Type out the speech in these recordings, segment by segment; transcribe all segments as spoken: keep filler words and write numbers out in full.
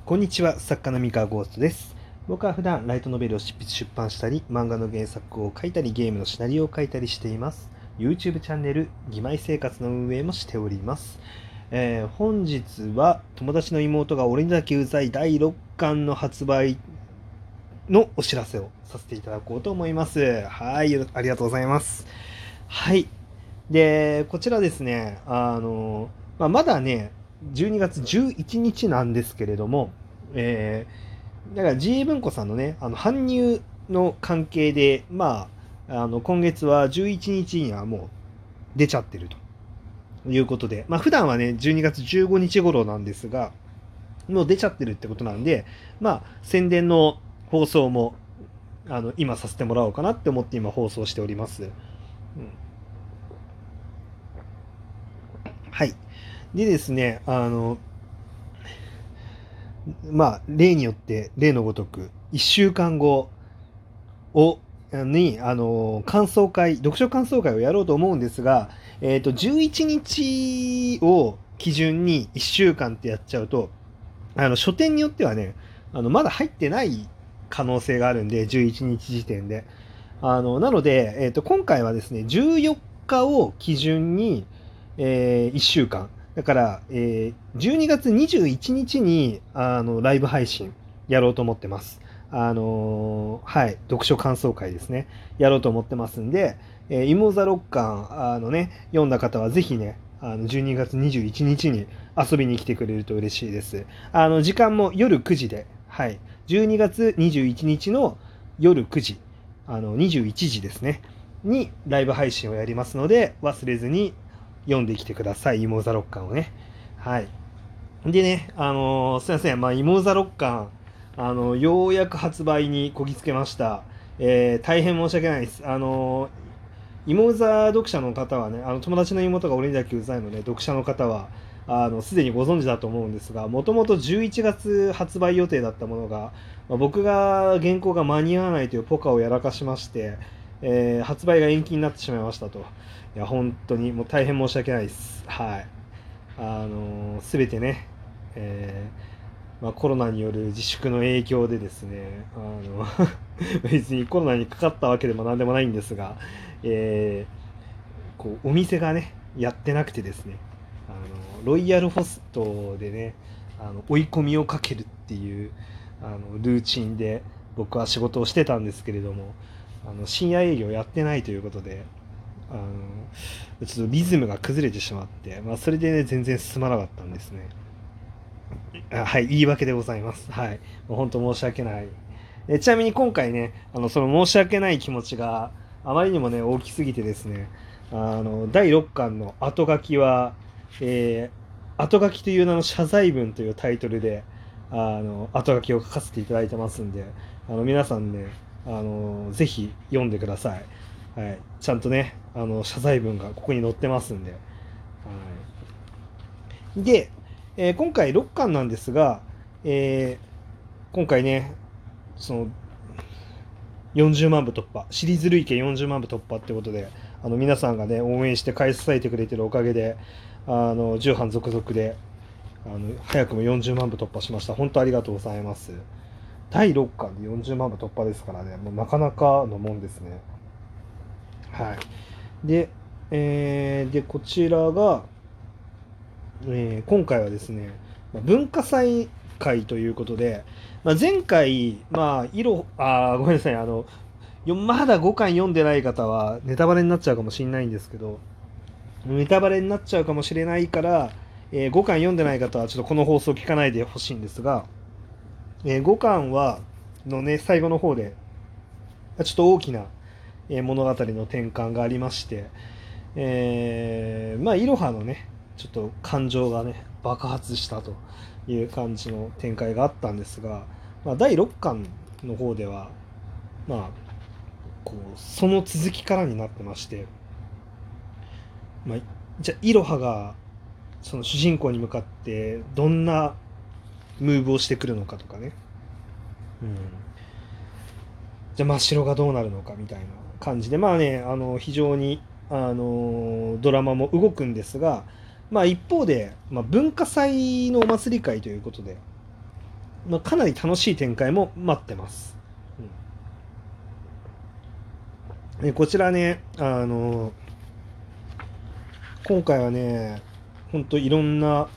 こんにちは、作家の三河ゴーストです。僕は普段ライトノベルを執筆出版したり、漫画の原作を書いたり、ゲームのシナリオを書いたりしています。YouTube チャンネル、義妹生活の運営もしております。えー、本日は友達の妹が俺にだけうざいだいろっかんの発売のお知らせをさせていただこうと思います。はい、ありがとうございます。はい。で、こちらですね、あの、まあ、まだね、じゅうにがつじゅういちにちなんですけれども、えー、だから ジー 文庫さんのね、あの搬入の関係で、まあ、あの今月はじゅういちにちにはもう出ちゃってるということで、まあ、普段はね、じゅうにがつじゅうごにち頃なんですが、もう出ちゃってるってことなんで、まあ、宣伝の放送もあの今させてもらおうかなって思って今放送しております。うん、はい。でですね、あの、まあ、例によって、例のごとく、いっしゅうかんごを、に、あの、感想会、読書感想会をやろうと思うんですが、えっと、じゅういちにちを基準にいっしゅうかんってやっちゃうと、あの、書店によってはね、あの、まだ入ってない可能性があるんで、じゅういちにち時点で。あの、なので、えっと、今回はですね、じゅうよっかを基準に、えー、いっしゅうかん。だから、えー、じゅうにがつにじゅういちにちに、あの、ライブ配信やろうと思ってます。あのーはい、読書感想会ですね。やろうと思ってますんで、えー、イモザろっかん、あのね、読んだ方はぜひね、あの、じゅうにがつにじゅういちにちに遊びに来てくれると嬉しいです。あの、時間も夜くじで、はい、じゅうにがつにじゅういちにちの夜くじ、あの、にじゅういちじですね、にライブ配信をやりますので、忘れずに読んできてください、イモザろっかんをね。はい。でね、あのーすいません、まあ、イモザろっかん、あの、ようやく発売にこぎつけました。えー、大変申し訳ないです。あのー、イモザ読者の方はね、あの友達の妹が俺にだけうざいので、読者の方は、あの、すでにご存知だと思うんですが、もともとじゅういちがつ発売予定だったものが、まあ、僕が原稿が間に合わないというポカをやらかしまして、えー発売が延期になってしまいましたと。いや、本当にもう大変申し訳ないです。はい。あのすべてね、えーまあ、コロナによる自粛の影響でですね、あの別にコロナにかかったわけでも何でもないんですが、えーこうお店がねやってなくてですね、あのロイヤルホストでね、あの追い込みをかけるっていうあのルーチンで僕は仕事をしてたんですけれども、あの深夜営業やってないということで、あのちょっとリズムが崩れてしまって、まあ、それで、ね、全然進まなかったんですね。あ、はい、言い訳でございます。はい。もう本当申し訳ない。えちなみに今回ね、あの、その申し訳ない気持ちがあまりにもね、大きすぎてですね、あの、だいろっかんの後書きは、えー、後書きという名の謝罪文というタイトルで、あの、後書きを書かせていただいてますんで、あの、皆さんね、あの、ぜひ読んでください。はい。ちゃんとね、あの、謝罪文がここに載ってますんで。はい。で、えー今回ろっかんなんですが、えー今回ね、そのよんじゅうまんぶ突破、シリーズ累計よんじゅうまんぶ突破ってことで、あの皆さんがね、応援して買い支えてくれてるおかげで、あの重版続々で、あの早くもよんじゅうまんぶ突破しました。本当ありがとうございます。だいろっかんでよんじゅうまんぶ突破ですからね、もうなかなかのもんですね。はい。で、えーで、こちらが、えー今回はですね、文化祭会ということで、まあ、前回、まあ、色、あごめんなさい、あの、まだごかん読んでない方はネタバレになっちゃうかもしれないんですけど、ネタバレになっちゃうかもしれないから、えーごかん読んでない方はちょっとこの放送聞かないでほしいんですが、えーごかんは、のね、最後の方で、ちょっと大きな、えー物語の転換がありまして、えーまあ、いろはのね、ちょっと感情がね、爆発したという感じの展開があったんですが、まあ、だいろっかんの方では、まあ、こう、その続きからになってまして、まあ、じゃあ、いろはが、その主人公に向かって、どんなムーブをしてくるのかとかね、うん、じゃあ、真っ白がどうなるのかみたいな感じで、まあね、あの、非常に、あの、ドラマも動くんですが、まあ一方で、まあ、文化祭のお祭り会ということで、 まあ、かなり楽しい展開も待ってます。うん、でこちらね、あの今回はね、ほんといろんな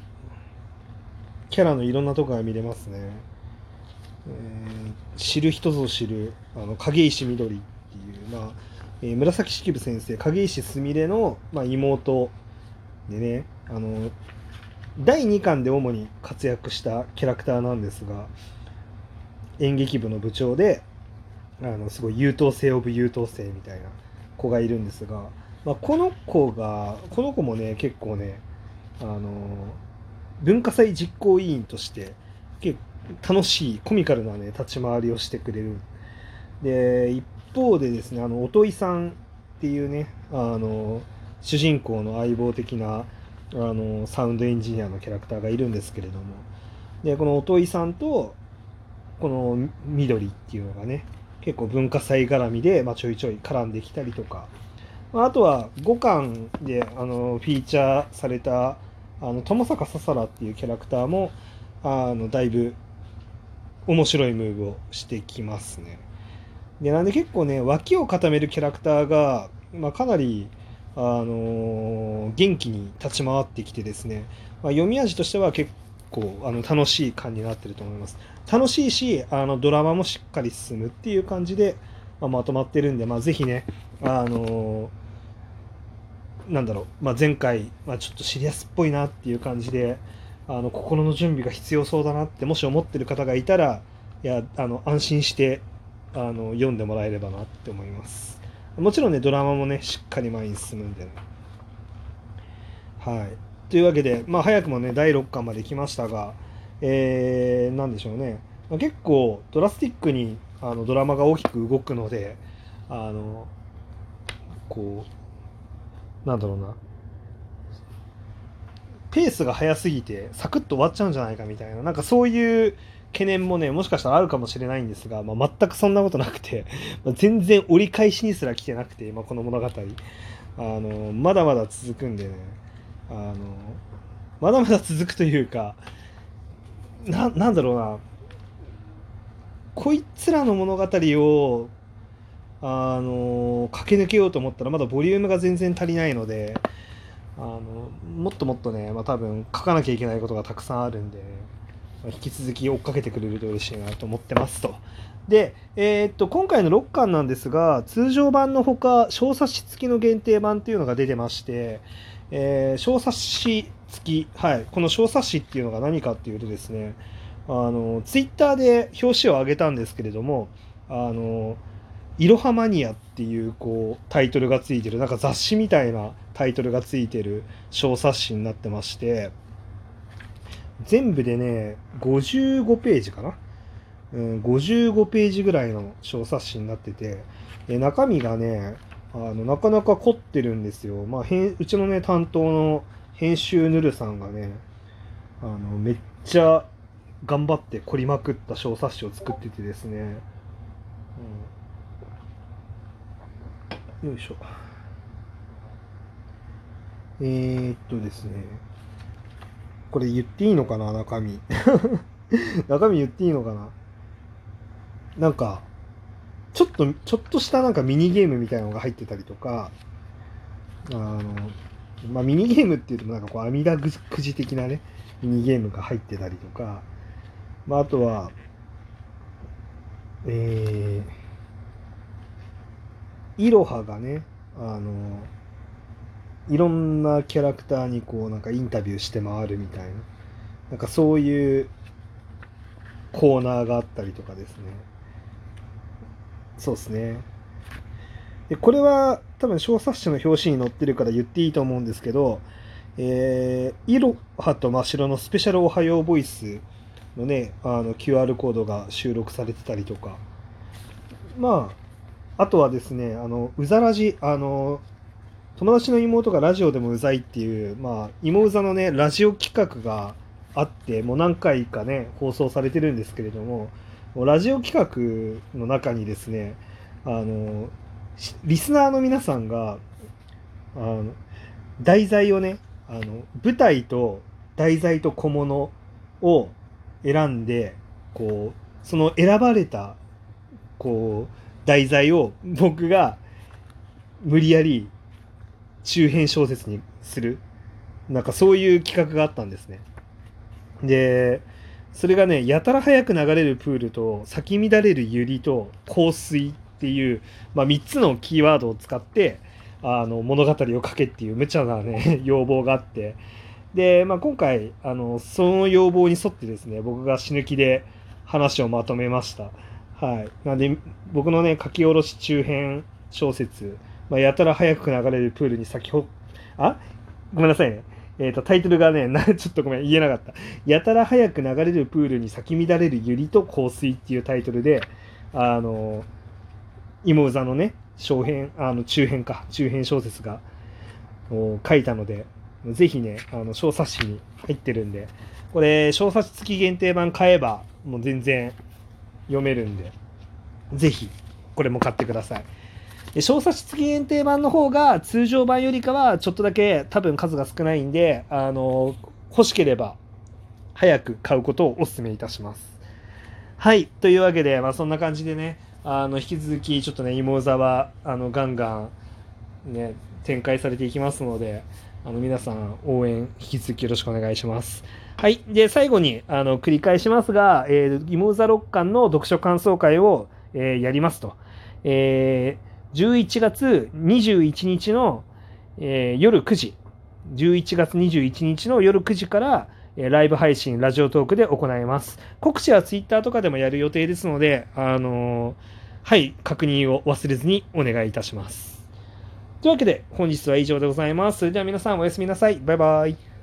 キャラのいろんなとこが見れますね。えー知る人ぞ知るあの影石みどりっていう、まあえー紫式部先生影石すみれの、まあ、妹でね、あのだいにかんで主に活躍したキャラクターなんですが、演劇部の部長で、あのすごい優等生オブ優等生みたいな子がいるんですが、まあ、この子がこの子もね結構ね、あの文化祭実行委員として結構楽しいコミカルなね立ち回りをしてくれる。で一方でですね、あの音井さんっていうね、あの主人公の相棒的なあのサウンドエンジニアのキャラクターがいるんですけれども、でこの音井さんとこの緑っていうのがね結構文化祭絡みで、まあ、ちょいちょい絡んできたりとか、まあ、あとはごかんであのフィーチャーされたあの友坂ささらっていうキャラクターもあのだいぶ面白いムーブをしてきますね。でなんで結構ね脇を固めるキャラクターが、まあ、かなり、あのー元気に立ち回ってきてですね、まあ、読み味としては結構あの楽しい感になってると思います。楽しいしあのドラマもしっかり進むっていう感じで、まあ、まとまってるんで、まあ、ぜひね、あのーなんだろう、まあ、前回、まあ、ちょっとシリアスっぽいなっていう感じであの心の準備が必要そうだなってもし思ってる方がいたら、いやあの安心してあの読んでもらえればなって思います。もちろんねドラマもねしっかり前に進むんでね。はい、というわけで、まあ、早くもねだいろっかんまで来ましたが、えー、なんでしょうね、まあ、結構ドラスティックにあのドラマが大きく動くので、あのこうなんだろうな、ペースが速すぎてサクッと終わっちゃうんじゃないかみたいな、なんかそういう懸念もねもしかしたらあるかもしれないんですが、まあ、全くそんなことなくてまあ全然折り返しにすら来てなくて、まあ、この物語あのまだまだ続くんでね、あのまだまだ続くというか、ななんだろうな、こいつらの物語をあの駆け抜けようと思ったらまだボリュームが全然足りないので、あのもっともっとね、まあ、多分書かなきゃいけないことがたくさんあるんで、ね、まあ、引き続き追っかけてくれると嬉しいなと思ってますと。で、えーっと今回のろっかんなんですが、通常版のほか小冊子付きの限定版っていうのが出てまして、えー小冊子付き、はい、この小冊子っていうのが何かっていうとですね、あのツイッターで表紙を上げたんですけれども、あのいろはマニアっていうこうタイトルがついてる、なんか雑誌みたいなタイトルがついてる小冊子になってまして、全部でねごじゅうごページかな、うん、ごじゅうごページぐらいの小冊子になってて、え中身がねあのなかなか凝ってるんですよ。まあ、編うちのね担当の編集ヌルさんがねあのめっちゃ頑張って凝りまくった小冊子を作っててですね、うん、よいしょ、えー、っとですね、これ言っていいのかな、中身中身言っていいのかな、なんかちょっとちょっとしたなんかミニゲームみたいなのが入ってたりとか、あのまあミニゲームっていうとなんかこう網だくじ的なねミニゲームが入ってたりとか、まあ、あとはえー、イロハがねあのいろんなキャラクターにこうなんかインタビューして回るみたいな、なんかそういうコーナーがあったりとかですね。そうですね。でこれは多分小冊子の表紙に載ってるから言っていいと思うんですけど、えー、イロハと真っ白のスペシャルおはようボイスのねあの キューアール コードが収録されてたりとか、まああとはですね、あのうざらじ、あの友達の妹がラジオでもうざいっていう、まあ、妹うざのねラジオ企画があって、もう何回かね放送されてるんですけれども、もうラジオ企画の中にですね、あのリスナーの皆さんがあの題材をね、あの舞台と題材と小物を選んで、こうその選ばれたこう題材を僕が無理やり中編小説にする、なんかそういう企画があったんですね。でそれがね、やたら早く流れるプールと咲き乱れる百合と香水っていう、まあ、みっつのキーワードを使ってあの物語を書けっていう無茶なね要望があって、で、まあ、今回あのその要望に沿ってですね、僕が死ぬ気で話をまとめました。はい、なんで僕のね書き下ろし中編小説、まあ、やたら早く流れるプールに先ほあごめんなさいね、えー、とタイトルがねなちょっとごめん言えなかった。やたら早く流れるプールに咲き乱れる百合と香水っていうタイトルで、あの芋座のね小編あの中編か中編小説が書いたので、ぜひねあの小冊子に入ってるんで、これ小冊付き限定版買えばもう全然読めるんで、ぜひこれも買ってください。で小冊付き限定版の方が通常版よりかはちょっとだけ多分数が少ないんで、あの欲しければ早く買うことをお勧めいたします。はい、というわけで、まあ、そんな感じでね、あの引き続きちょっとね芋座はあのガンガンね展開されていきますので、あの皆さん応援引き続きよろしくお願いします。はい、で最後にあの繰り返しますが、えー、芋座六巻の読書感想会を、えー、やりますと、えーじゅういちがつにじゅういちにちの、えー、夜くじ、じゅういちがつにじゅういちにちの夜くじから、えー、ライブ配信、ラジオトークで行います。告知はツイッターとかでもやる予定ですので、あのー、はい、確認を忘れずにお願いいたします。というわけで、本日は以上でございます。それでは皆さんおやすみなさい。バイバイ。